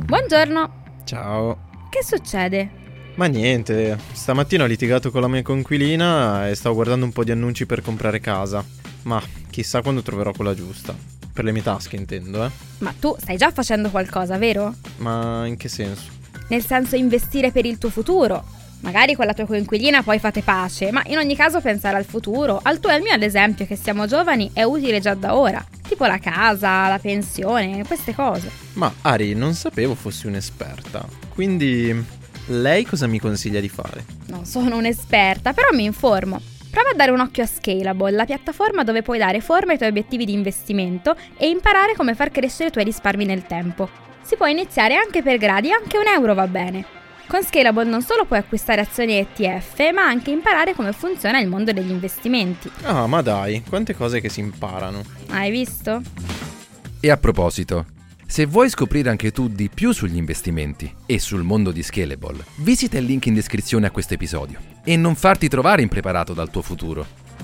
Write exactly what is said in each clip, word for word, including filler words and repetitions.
Buongiorno. Ciao. Che succede? Ma niente, stamattina ho litigato con la mia coinquilina e stavo guardando un po' di annunci per comprare casa. Ma chissà quando troverò quella giusta. Per le mie tasche intendo, eh. Ma tu stai già facendo qualcosa, vero? Ma in che senso? Nel senso investire per il tuo futuro. Magari con la tua coinquilina poi fate pace, ma in ogni caso pensare al futuro, al tuo e al mio ad esempio, che siamo giovani, è utile già da ora. Tipo la casa, la pensione, queste cose. Ma Ari, non sapevo fossi un'esperta. Quindi lei cosa mi consiglia di fare? Non sono un'esperta, però mi informo. Prova a dare un occhio a Scalable, la piattaforma dove puoi dare forma ai tuoi obiettivi di investimento e imparare come far crescere i tuoi risparmi nel tempo. Si può iniziare anche per gradi, anche un euro va bene. Con Scalable non solo puoi acquistare azioni E T F, ma anche imparare come funziona il mondo degli investimenti. Ah, ma dai, quante cose che si imparano. Hai visto? E a proposito, se vuoi scoprire anche tu di più sugli investimenti e sul mondo di Scalable, visita il link in descrizione a questo episodio e non farti trovare impreparato dal tuo futuro.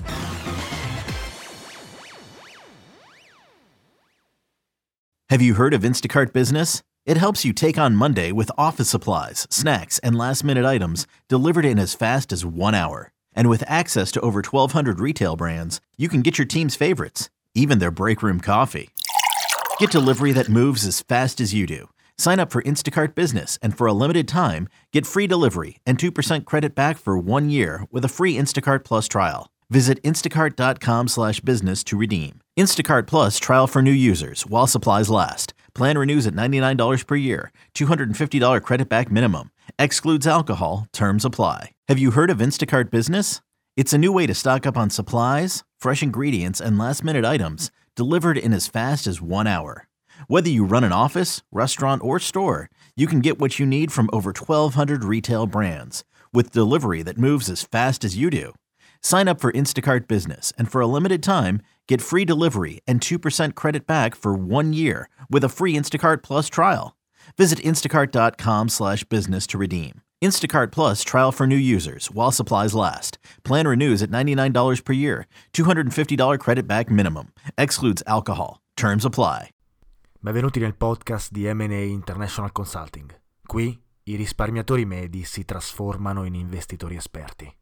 Have you heard of Instacart Business? It helps you take on Monday with office supplies, snacks, and last-minute items delivered in as fast as one hour. And with access to over twelve hundred retail brands, you can get your team's favorites, even their break room coffee. Get delivery that moves as fast as you do. Sign up for Instacart Business, and for a limited time, get free delivery and two percent credit back for one year with a free Instacart Plus trial. Visit instacart.com slash business to redeem. Instacart Plus trial for new users while supplies last. Plan renews at ninety-nine dollars per year. two hundred fifty dollars credit back minimum. Excludes alcohol. Terms apply. Have you heard of Instacart Business? It's a new way to stock up on supplies, fresh ingredients, and last-minute items delivered in as fast as one hour. Whether you run an office, restaurant, or store, you can get what you need from over twelve hundred retail brands with delivery that moves as fast as you do. Sign up for Instacart Business, and for a limited time, get free delivery and two percent credit back for one year with a free Instacart Plus trial. Visit instacart.com slash business to redeem. Instacart Plus trial for new users while supplies last. Plan renews at ninety-nine dollars per year. two hundred fifty dollars credit back minimum. Excludes alcohol. Terms apply. Benvenuti nel podcast di M and A International Consulting. Qui i risparmiatori medi si trasformano in investitori esperti.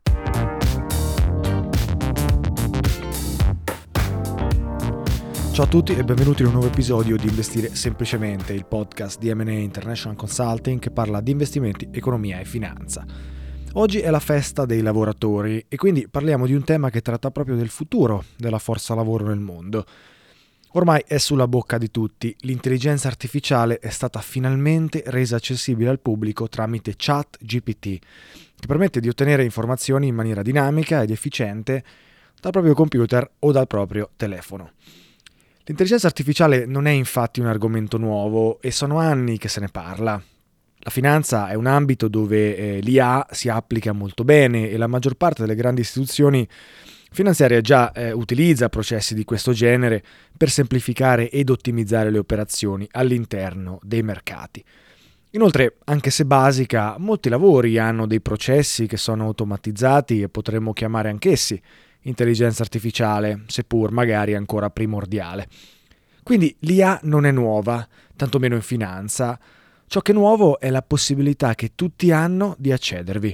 Ciao a tutti e benvenuti in un nuovo episodio di Investire Semplicemente, il podcast di M and A International Consulting che parla di investimenti, economia e finanza. Oggi è la festa dei lavoratori e quindi parliamo di un tema che tratta proprio del futuro della forza lavoro nel mondo. Ormai è sulla bocca di tutti, l'intelligenza artificiale è stata finalmente resa accessibile al pubblico tramite ChatGPT, che permette di ottenere informazioni in maniera dinamica ed efficiente dal proprio computer o dal proprio telefono. L'intelligenza artificiale non è infatti un argomento nuovo e sono anni che se ne parla. La finanza è un ambito dove eh, l'I A si applica molto bene e la maggior parte delle grandi istituzioni finanziarie già eh, utilizza processi di questo genere per semplificare ed ottimizzare le operazioni all'interno dei mercati. Inoltre, anche se basica, molti lavori hanno dei processi che sono automatizzati e potremmo chiamare anch'essi intelligenza artificiale, seppur magari ancora primordiale. Quindi l'I A non è nuova, tantomeno in finanza. Ciò che è nuovo è la possibilità che tutti hanno di accedervi.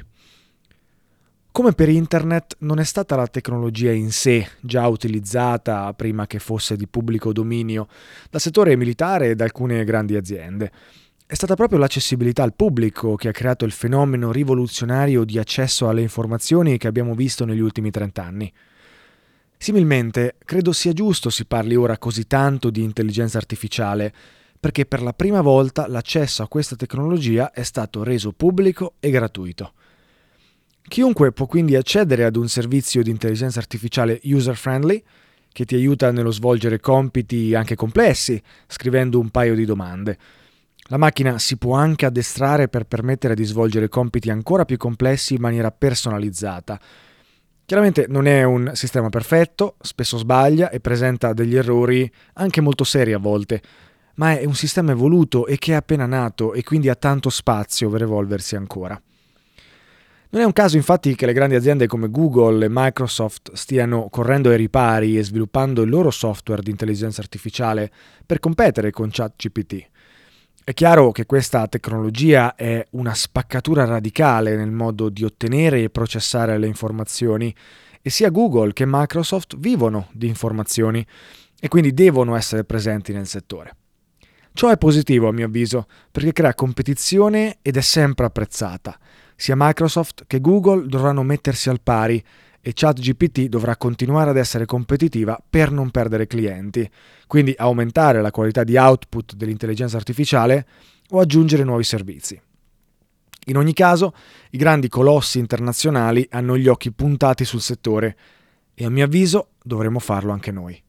Come per internet, non è stata la tecnologia in sé già utilizzata prima che fosse di pubblico dominio dal settore militare e da alcune grandi aziende. È stata proprio l'accessibilità al pubblico che ha creato il fenomeno rivoluzionario di accesso alle informazioni che abbiamo visto negli ultimi trent'anni. Similmente, credo sia giusto si parli ora così tanto di intelligenza artificiale, perché per la prima volta l'accesso a questa tecnologia è stato reso pubblico e gratuito. Chiunque può quindi accedere ad un servizio di intelligenza artificiale user-friendly, che ti aiuta nello svolgere compiti anche complessi, scrivendo un paio di domande. La macchina si può anche addestrare per permettere di svolgere compiti ancora più complessi in maniera personalizzata. Chiaramente non è un sistema perfetto, spesso sbaglia e presenta degli errori anche molto seri a volte, ma è un sistema evoluto e che è appena nato e quindi ha tanto spazio per evolversi ancora. Non è un caso infatti che le grandi aziende come Google e Microsoft stiano correndo ai ripari e sviluppando il loro software di intelligenza artificiale per competere con ChatGPT. È chiaro che questa tecnologia è una spaccatura radicale nel modo di ottenere e processare le informazioni e sia Google che Microsoft vivono di informazioni e quindi devono essere presenti nel settore. Ciò è positivo a mio avviso perché crea competizione ed è sempre apprezzata. Sia Microsoft che Google dovranno mettersi al pari e ChatGPT dovrà continuare ad essere competitiva per non perdere clienti, quindi aumentare la qualità di output dell'intelligenza artificiale o aggiungere nuovi servizi. In ogni caso, i grandi colossi internazionali hanno gli occhi puntati sul settore e a mio avviso dovremo farlo anche noi.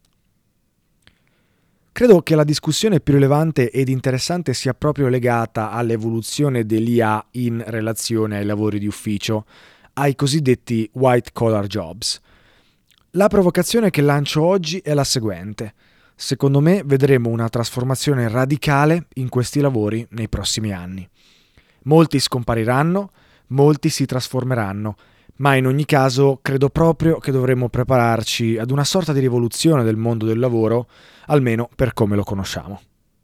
Credo che la discussione più rilevante ed interessante sia proprio legata all'evoluzione dell'I A in relazione ai lavori di ufficio, ai cosiddetti white collar jobs. La provocazione che lancio oggi è la seguente. Secondo me vedremo una trasformazione radicale in questi lavori nei prossimi anni. Molti scompariranno, molti si trasformeranno, ma in ogni caso credo proprio che dovremmo prepararci ad una sorta di rivoluzione del mondo del lavoro, almeno per come lo conosciamo.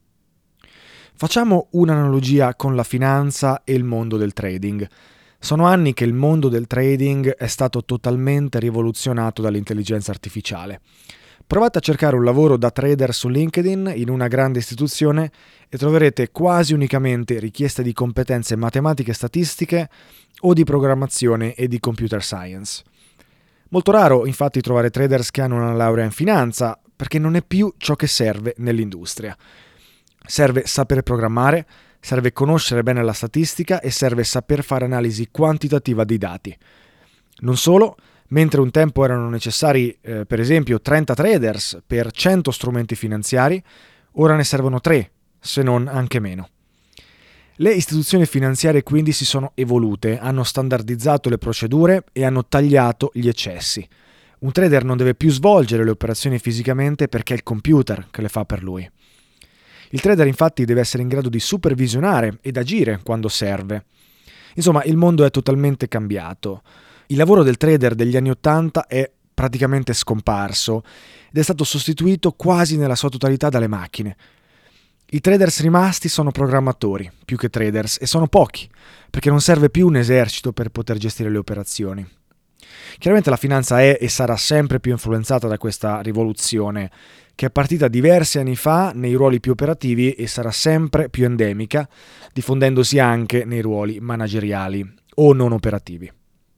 Facciamo un'analogia con la finanza e il mondo del trading. Sono anni che il mondo del trading è stato totalmente rivoluzionato dall'intelligenza artificiale. Provate a cercare un lavoro da trader su LinkedIn in una grande istituzione e troverete quasi unicamente richieste di competenze matematiche e statistiche o di programmazione e di computer science. Molto raro infatti trovare traders che hanno una laurea in finanza, perché non è più ciò che serve nell'industria. Serve sapere programmare, serve conoscere bene la statistica e serve saper fare analisi quantitativa dei dati. Non solo, mentre un tempo erano necessari, eh, per esempio, trenta traders per cento strumenti finanziari, ora ne servono tre, se non anche meno. Le istituzioni finanziarie quindi si sono evolute, hanno standardizzato le procedure e hanno tagliato gli eccessi. Un trader non deve più svolgere le operazioni fisicamente perché è il computer che le fa per lui. Il trader infatti deve essere in grado di supervisionare ed agire quando serve. Insomma, il mondo è totalmente cambiato. Il lavoro del trader degli anni Ottanta è praticamente scomparso ed è stato sostituito quasi nella sua totalità dalle macchine. I traders rimasti sono programmatori, più che traders, e sono pochi, perché non serve più un esercito per poter gestire le operazioni. Chiaramente la finanza è e sarà sempre più influenzata da questa rivoluzione, che è partita diversi anni fa nei ruoli più operativi e sarà sempre più endemica, diffondendosi anche nei ruoli manageriali o non operativi.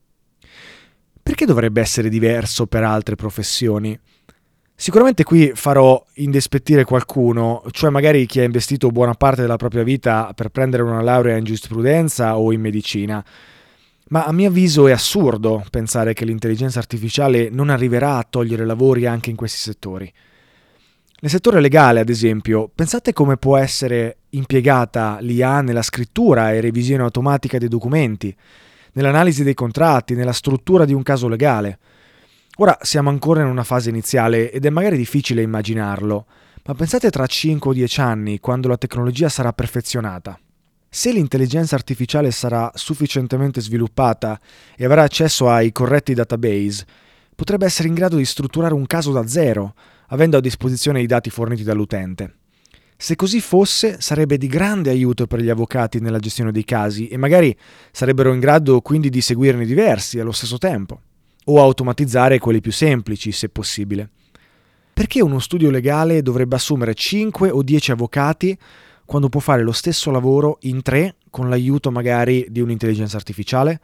Perché dovrebbe essere diverso per altre professioni? Sicuramente qui farò indispettire qualcuno, cioè magari chi ha investito buona parte della propria vita per prendere una laurea in giurisprudenza o in medicina. Ma a mio avviso è assurdo pensare che l'intelligenza artificiale non arriverà a togliere lavori anche in questi settori. Nel settore legale, ad esempio, pensate come può essere impiegata l'I A nella scrittura e revisione automatica dei documenti, nell'analisi dei contratti, nella struttura di un caso legale. Ora siamo ancora in una fase iniziale ed è magari difficile immaginarlo, ma pensate tra cinque o dieci anni, quando la tecnologia sarà perfezionata. Se l'intelligenza artificiale sarà sufficientemente sviluppata e avrà accesso ai corretti database, potrebbe essere in grado di strutturare un caso da zero, avendo a disposizione i dati forniti dall'utente. Se così fosse, sarebbe di grande aiuto per gli avvocati nella gestione dei casi e magari sarebbero in grado quindi di seguirne diversi allo stesso tempo, o automatizzare quelli più semplici, se possibile. Perché uno studio legale dovrebbe assumere cinque o dieci avvocati quando può fare lo stesso lavoro in tre con l'aiuto magari di un'intelligenza artificiale?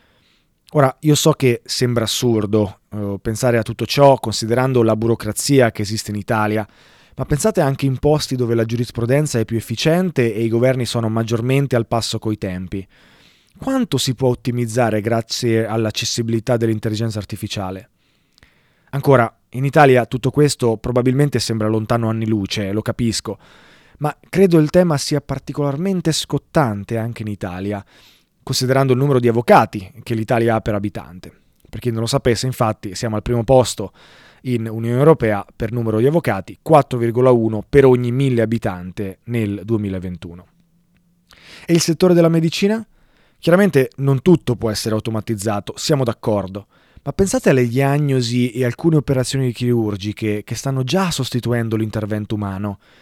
Ora, io so che sembra assurdo eh, pensare a tutto ciò considerando la burocrazia che esiste in Italia, ma pensate anche in posti dove la giurisprudenza è più efficiente e i governi sono maggiormente al passo coi tempi. Quanto si può ottimizzare grazie all'accessibilità dell'intelligenza artificiale? Ancora, in Italia tutto questo probabilmente sembra lontano anni luce, lo capisco, ma credo il tema sia particolarmente scottante anche in Italia, considerando il numero di avvocati che l'Italia ha per abitante. Per chi non lo sapesse, infatti, siamo al primo posto in Unione Europea per numero di avvocati, quattro virgola uno per ogni mille abitanti nel duemilaventuno. E il settore della medicina? Chiaramente non tutto può essere automatizzato, siamo d'accordo, ma pensate alle diagnosi e alcune operazioni chirurgiche che stanno già sostituendo l'intervento umano.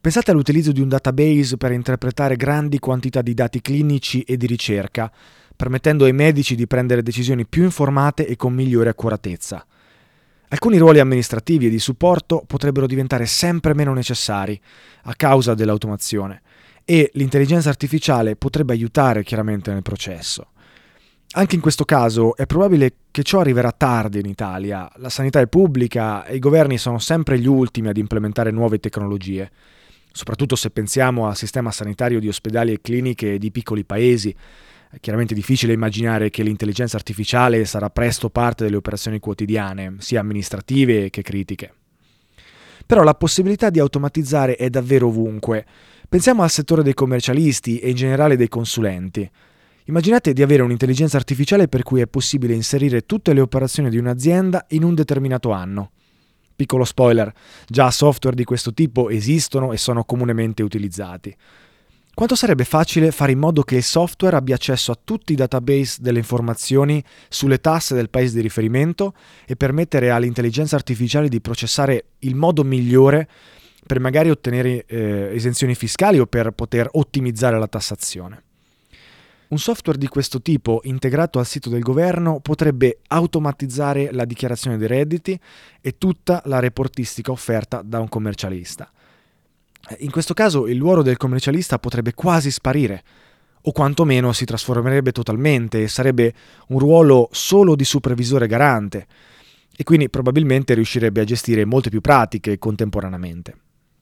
Pensate all'utilizzo di un database per interpretare grandi quantità di dati clinici e di ricerca, permettendo ai medici di prendere decisioni più informate e con migliore accuratezza. Alcuni ruoli amministrativi e di supporto potrebbero diventare sempre meno necessari a causa dell'automazione e l'intelligenza artificiale potrebbe aiutare chiaramente nel processo. Anche in questo caso è probabile che ciò arriverà tardi in Italia. La sanità è pubblica e i governi sono sempre gli ultimi ad implementare nuove tecnologie, soprattutto se pensiamo al sistema sanitario di ospedali e cliniche di piccoli paesi. È chiaramente difficile immaginare che l'intelligenza artificiale sarà presto parte delle operazioni quotidiane, sia amministrative che critiche. Però la possibilità di automatizzare è davvero ovunque. Pensiamo al settore dei commercialisti e in generale dei consulenti. Immaginate di avere un'intelligenza artificiale per cui è possibile inserire tutte le operazioni di un'azienda in un determinato anno. Piccolo spoiler, già software di questo tipo esistono e sono comunemente utilizzati. Quanto sarebbe facile fare in modo che il software abbia accesso a tutti i database delle informazioni sulle tasse del paese di riferimento e permettere all'intelligenza artificiale di processare il modo migliore per magari ottenere eh, esenzioni fiscali o per poter ottimizzare la tassazione. Un software di questo tipo integrato al sito del governo potrebbe automatizzare la dichiarazione dei redditi e tutta la reportistica offerta da un commercialista. In questo caso il ruolo del commercialista potrebbe quasi sparire, o quantomeno si trasformerebbe totalmente e sarebbe un ruolo solo di supervisore garante, e quindi probabilmente riuscirebbe a gestire molte più pratiche contemporaneamente.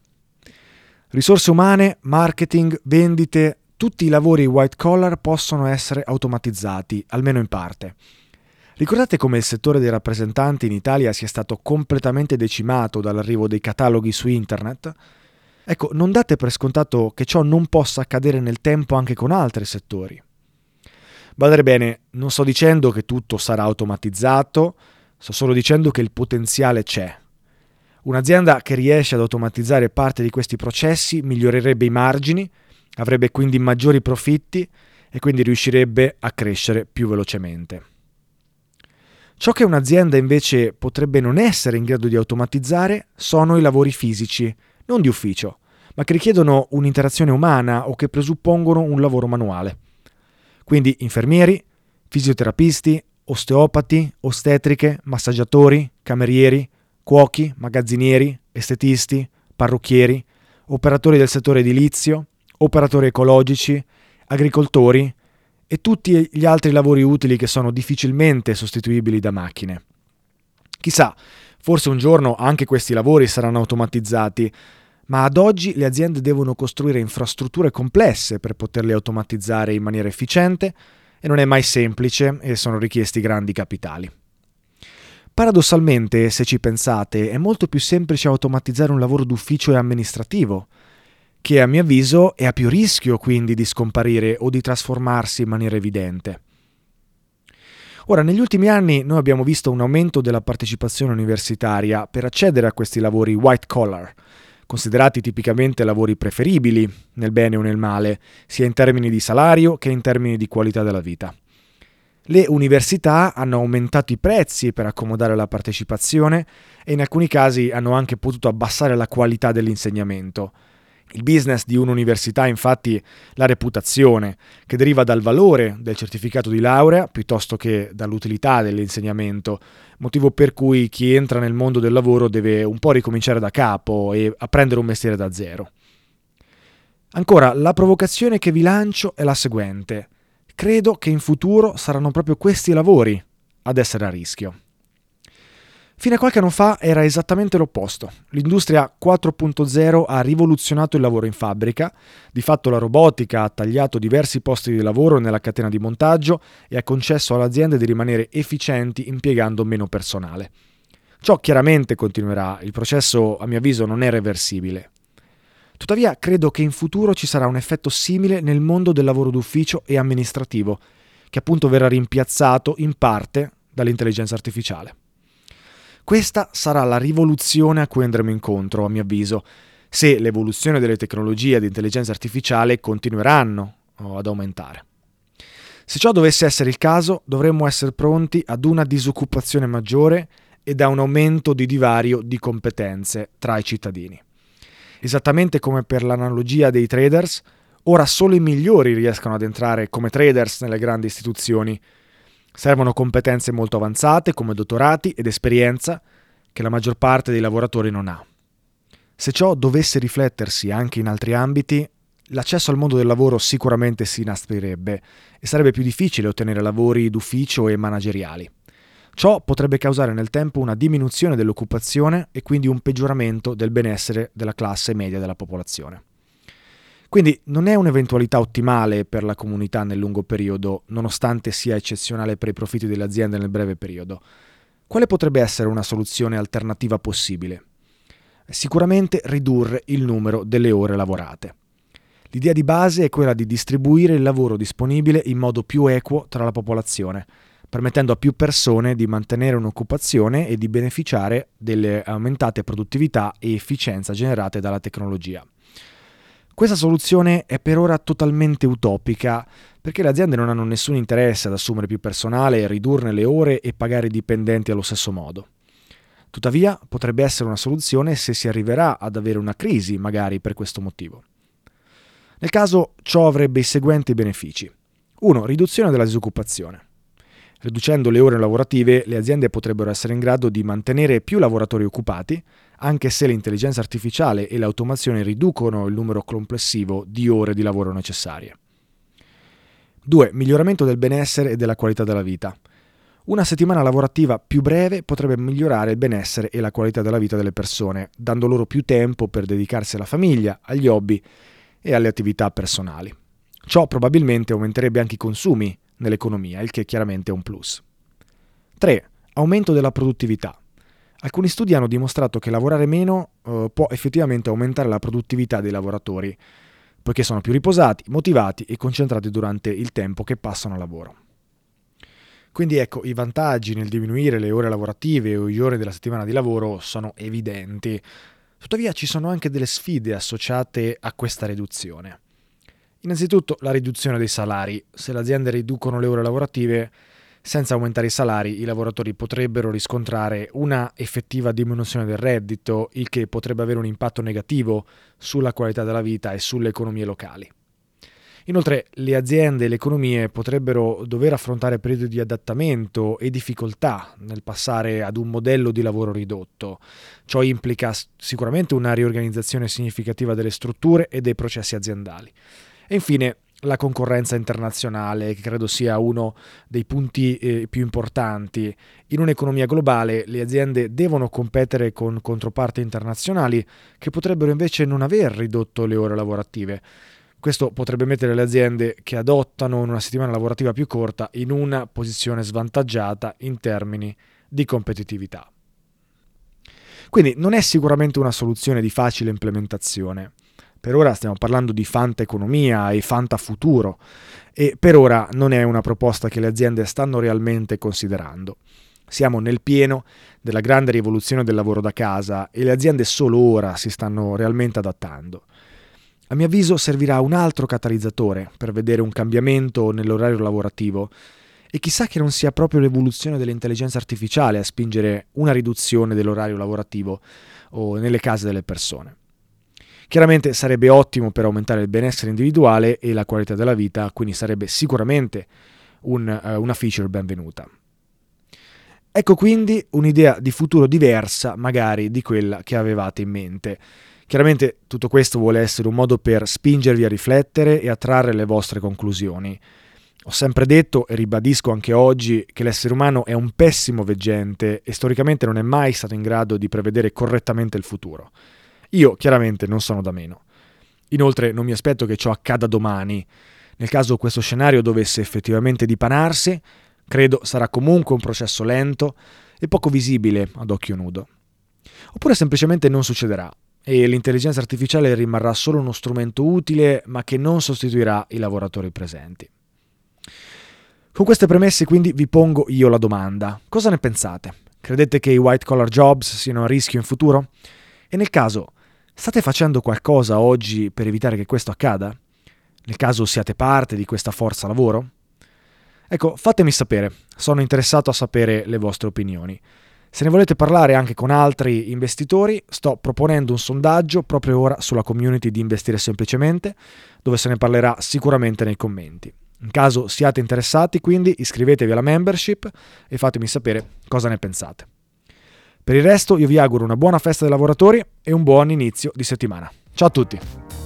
Risorse umane, marketing, vendite, tutti i lavori white collar possono essere automatizzati, almeno in parte. Ricordate come il settore dei rappresentanti in Italia sia stato completamente decimato dall'arrivo dei cataloghi su internet? Ecco, non date per scontato che ciò non possa accadere nel tempo anche con altri settori. Badate bene, non sto dicendo che tutto sarà automatizzato, sto solo dicendo che il potenziale c'è. Un'azienda che riesce ad automatizzare parte di questi processi migliorerebbe i margini, avrebbe quindi maggiori profitti e quindi riuscirebbe a crescere più velocemente. Ciò che un'azienda invece potrebbe non essere in grado di automatizzare sono i lavori fisici, non di ufficio, ma che richiedono un'interazione umana o che presuppongono un lavoro manuale. Quindi infermieri, fisioterapisti, osteopati, ostetriche, massaggiatori, camerieri, cuochi, magazzinieri, estetisti, parrucchieri, operatori del settore edilizio, operatori ecologici, agricoltori e tutti gli altri lavori utili che sono difficilmente sostituibili da macchine. Chissà, forse un giorno anche questi lavori saranno automatizzati, ma ad oggi le aziende devono costruire infrastrutture complesse per poterli automatizzare in maniera efficiente e non è mai semplice e sono richiesti grandi capitali. Paradossalmente, se ci pensate, è molto più semplice automatizzare un lavoro d'ufficio e amministrativo, che a mio avviso è a più rischio quindi di scomparire o di trasformarsi in maniera evidente. Ora, negli ultimi anni noi abbiamo visto un aumento della partecipazione universitaria per accedere a questi lavori white collar, considerati tipicamente lavori preferibili, nel bene o nel male, sia in termini di salario che in termini di qualità della vita. Le università hanno aumentato i prezzi per accomodare la partecipazione e in alcuni casi hanno anche potuto abbassare la qualità dell'insegnamento. Il business di un'università, infatti, la reputazione, che deriva dal valore del certificato di laurea piuttosto che dall'utilità dell'insegnamento, motivo per cui chi entra nel mondo del lavoro deve un po' ricominciare da capo e apprendere un mestiere da zero. Ancora, la provocazione che vi lancio è la seguente. Credo che in futuro saranno proprio questi lavori ad essere a rischio. Fino a qualche anno fa era esattamente l'opposto. L'industria quattro punto zero ha rivoluzionato il lavoro in fabbrica, di fatto la robotica ha tagliato diversi posti di lavoro nella catena di montaggio e ha concesso alle aziende di rimanere efficienti impiegando meno personale. Ciò chiaramente continuerà, il processo a mio avviso non è reversibile. Tuttavia credo che in futuro ci sarà un effetto simile nel mondo del lavoro d'ufficio e amministrativo, che appunto verrà rimpiazzato in parte dall'intelligenza artificiale. Questa sarà la rivoluzione a cui andremo incontro, a mio avviso, se l'evoluzione delle tecnologie di intelligenza artificiale continueranno ad aumentare. Se ciò dovesse essere il caso, dovremmo essere pronti ad una disoccupazione maggiore e da un aumento di divario di competenze tra i cittadini. Esattamente come per l'analogia dei traders, ora solo i migliori riescono ad entrare come traders nelle grandi istituzioni. Servono competenze molto avanzate come dottorati ed esperienza che la maggior parte dei lavoratori non ha. Se ciò dovesse riflettersi anche in altri ambiti, l'accesso al mondo del lavoro sicuramente si inasperirebbe e sarebbe più difficile ottenere lavori d'ufficio e manageriali. Ciò potrebbe causare nel tempo una diminuzione dell'occupazione e quindi un peggioramento del benessere della classe media della popolazione. Quindi non è un'eventualità ottimale per la comunità nel lungo periodo, nonostante sia eccezionale per i profitti delle aziende nel breve periodo. Quale potrebbe essere una soluzione alternativa possibile? Sicuramente ridurre il numero delle ore lavorate. L'idea di base è quella di distribuire il lavoro disponibile in modo più equo tra la popolazione, permettendo a più persone di mantenere un'occupazione e di beneficiare delle aumentate produttività e efficienza generate dalla tecnologia. Questa soluzione è per ora totalmente utopica perché le aziende non hanno nessun interesse ad assumere più personale, ridurne le ore e pagare i dipendenti allo stesso modo. Tuttavia, potrebbe essere una soluzione se si arriverà ad avere una crisi, magari per questo motivo. Nel caso, ciò avrebbe i seguenti benefici. uno. Riduzione della disoccupazione. Riducendo le ore lavorative, le aziende potrebbero essere in grado di mantenere più lavoratori occupati, anche se l'intelligenza artificiale e l'automazione riducono il numero complessivo di ore di lavoro necessarie. due. Miglioramento del benessere e della qualità della vita. Una settimana lavorativa più breve potrebbe migliorare il benessere e la qualità della vita delle persone, dando loro più tempo per dedicarsi alla famiglia, agli hobby e alle attività personali. Ciò probabilmente aumenterebbe anche i consumi nell'economia, il che chiaramente è un plus. tre. Aumento della produttività. Alcuni studi hanno dimostrato che lavorare meno eh, può effettivamente aumentare la produttività dei lavoratori, poiché sono più riposati, motivati e concentrati durante il tempo che passano a lavoro. Quindi ecco, i vantaggi nel diminuire le ore lavorative o gli ore della settimana di lavoro sono evidenti. Tuttavia ci sono anche delle sfide associate a questa riduzione. Innanzitutto la riduzione dei salari. Se le aziende riducono le ore lavorative, senza aumentare i salari, i lavoratori potrebbero riscontrare una effettiva diminuzione del reddito, il che potrebbe avere un impatto negativo sulla qualità della vita e sulle economie locali. Inoltre, le aziende e le economie potrebbero dover affrontare periodi di adattamento e difficoltà nel passare ad un modello di lavoro ridotto. Ciò implica sicuramente una riorganizzazione significativa delle strutture e dei processi aziendali. E infine, la concorrenza internazionale, che credo sia uno dei punti eh, più importanti. In un'economia globale le aziende devono competere con controparti internazionali che potrebbero invece non aver ridotto le ore lavorative. Questo potrebbe mettere le aziende che adottano una settimana lavorativa più corta in una posizione svantaggiata in termini di competitività. Quindi non è sicuramente una soluzione di facile implementazione. Per ora stiamo parlando di fanta economia e fanta futuro e per ora non è una proposta che le aziende stanno realmente considerando. Siamo nel pieno della grande rivoluzione del lavoro da casa e le aziende solo ora si stanno realmente adattando. A mio avviso servirà un altro catalizzatore per vedere un cambiamento nell'orario lavorativo e chissà che non sia proprio l'evoluzione dell'intelligenza artificiale a spingere una riduzione dell'orario lavorativo o nelle case delle persone. Chiaramente sarebbe ottimo per aumentare il benessere individuale e la qualità della vita, quindi sarebbe sicuramente un, uh, una feature benvenuta. Ecco quindi un'idea di futuro diversa magari di quella che avevate in mente. Chiaramente tutto questo vuole essere un modo per spingervi a riflettere e a trarre le vostre conclusioni. Ho sempre detto e ribadisco anche oggi che l'essere umano è un pessimo veggente e storicamente non è mai stato in grado di prevedere correttamente il futuro. Io chiaramente non sono da meno. Inoltre non mi aspetto che ciò accada domani. Nel caso questo scenario dovesse effettivamente dipanarsi, credo sarà comunque un processo lento e poco visibile ad occhio nudo. Oppure semplicemente non succederà e l'intelligenza artificiale rimarrà solo uno strumento utile ma che non sostituirà i lavoratori presenti. Con queste premesse quindi vi pongo io la domanda. Cosa ne pensate? Credete che i white collar jobs siano a rischio in futuro? E nel caso, state facendo qualcosa oggi per evitare che questo accada? Nel caso siate parte di questa forza lavoro? Ecco, fatemi sapere, sono interessato a sapere le vostre opinioni. Se ne volete parlare anche con altri investitori, sto proponendo un sondaggio proprio ora sulla community di Investire Semplicemente, dove se ne parlerà sicuramente nei commenti. In caso siate interessati, quindi iscrivetevi alla membership e fatemi sapere cosa ne pensate. Per il resto io vi auguro una buona festa dei lavoratori e un buon inizio di settimana. Ciao a tutti!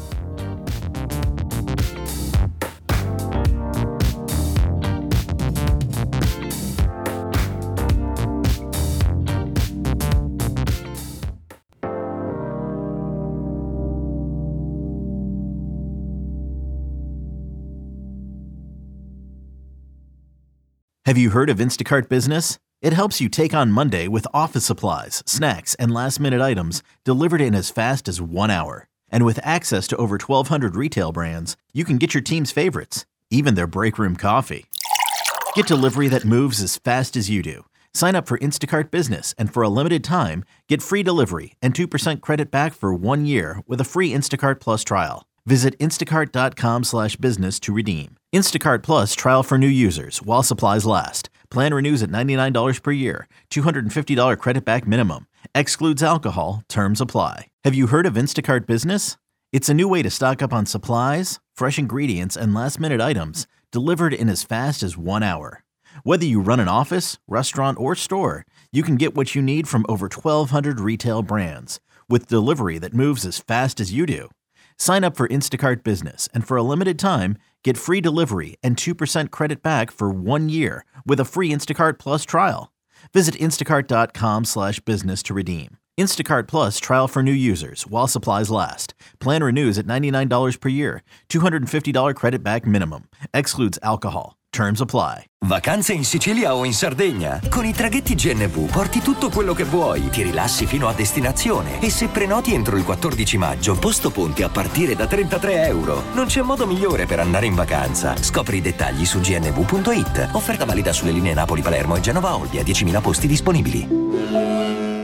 Have you heard of Instacart Business? It helps you take on Monday with office supplies, snacks, and last-minute items delivered in as fast as one hour. And with access to over twelve hundred retail brands, you can get your team's favorites, even their break room coffee. Get delivery that moves as fast as you do. Sign up for Instacart Business, and for a limited time, get free delivery and two percent credit back for one year with a free Instacart Plus trial. Visit instacart.com slash business to redeem. Instacart Plus trial for new users while supplies last. Plan renews at ninety-nine dollars per year. two hundred fifty dollars credit back minimum. Excludes alcohol. Terms apply. Have you heard of Instacart Business? It's a new way to stock up on supplies, fresh ingredients, and last-minute items delivered in as fast as one hour. Whether you run an office, restaurant, or store, you can get what you need from over twelve hundred retail brands with delivery that moves as fast as you do. Sign up for Instacart Business, and for a limited time, get free delivery and two percent credit back for one year with a free Instacart Plus trial. Visit instacart.com slash business to redeem. Instacart Plus trial for new users while supplies last. Plan renews at ninety-nine dollars per year. two hundred fifty dollars credit back minimum. Excludes alcohol. Terms apply. Vacanze in Sicilia o in Sardegna? Con i traghetti G N V porti tutto quello che vuoi, ti rilassi fino a destinazione e se prenoti entro il quattordici maggio, posto ponti a partire da trentatré euro. Non c'è modo migliore per andare in vacanza. Scopri i dettagli su g n v punto i t. Offerta valida sulle linee Napoli-Palermo e Genova-Olbia, diecimila posti disponibili.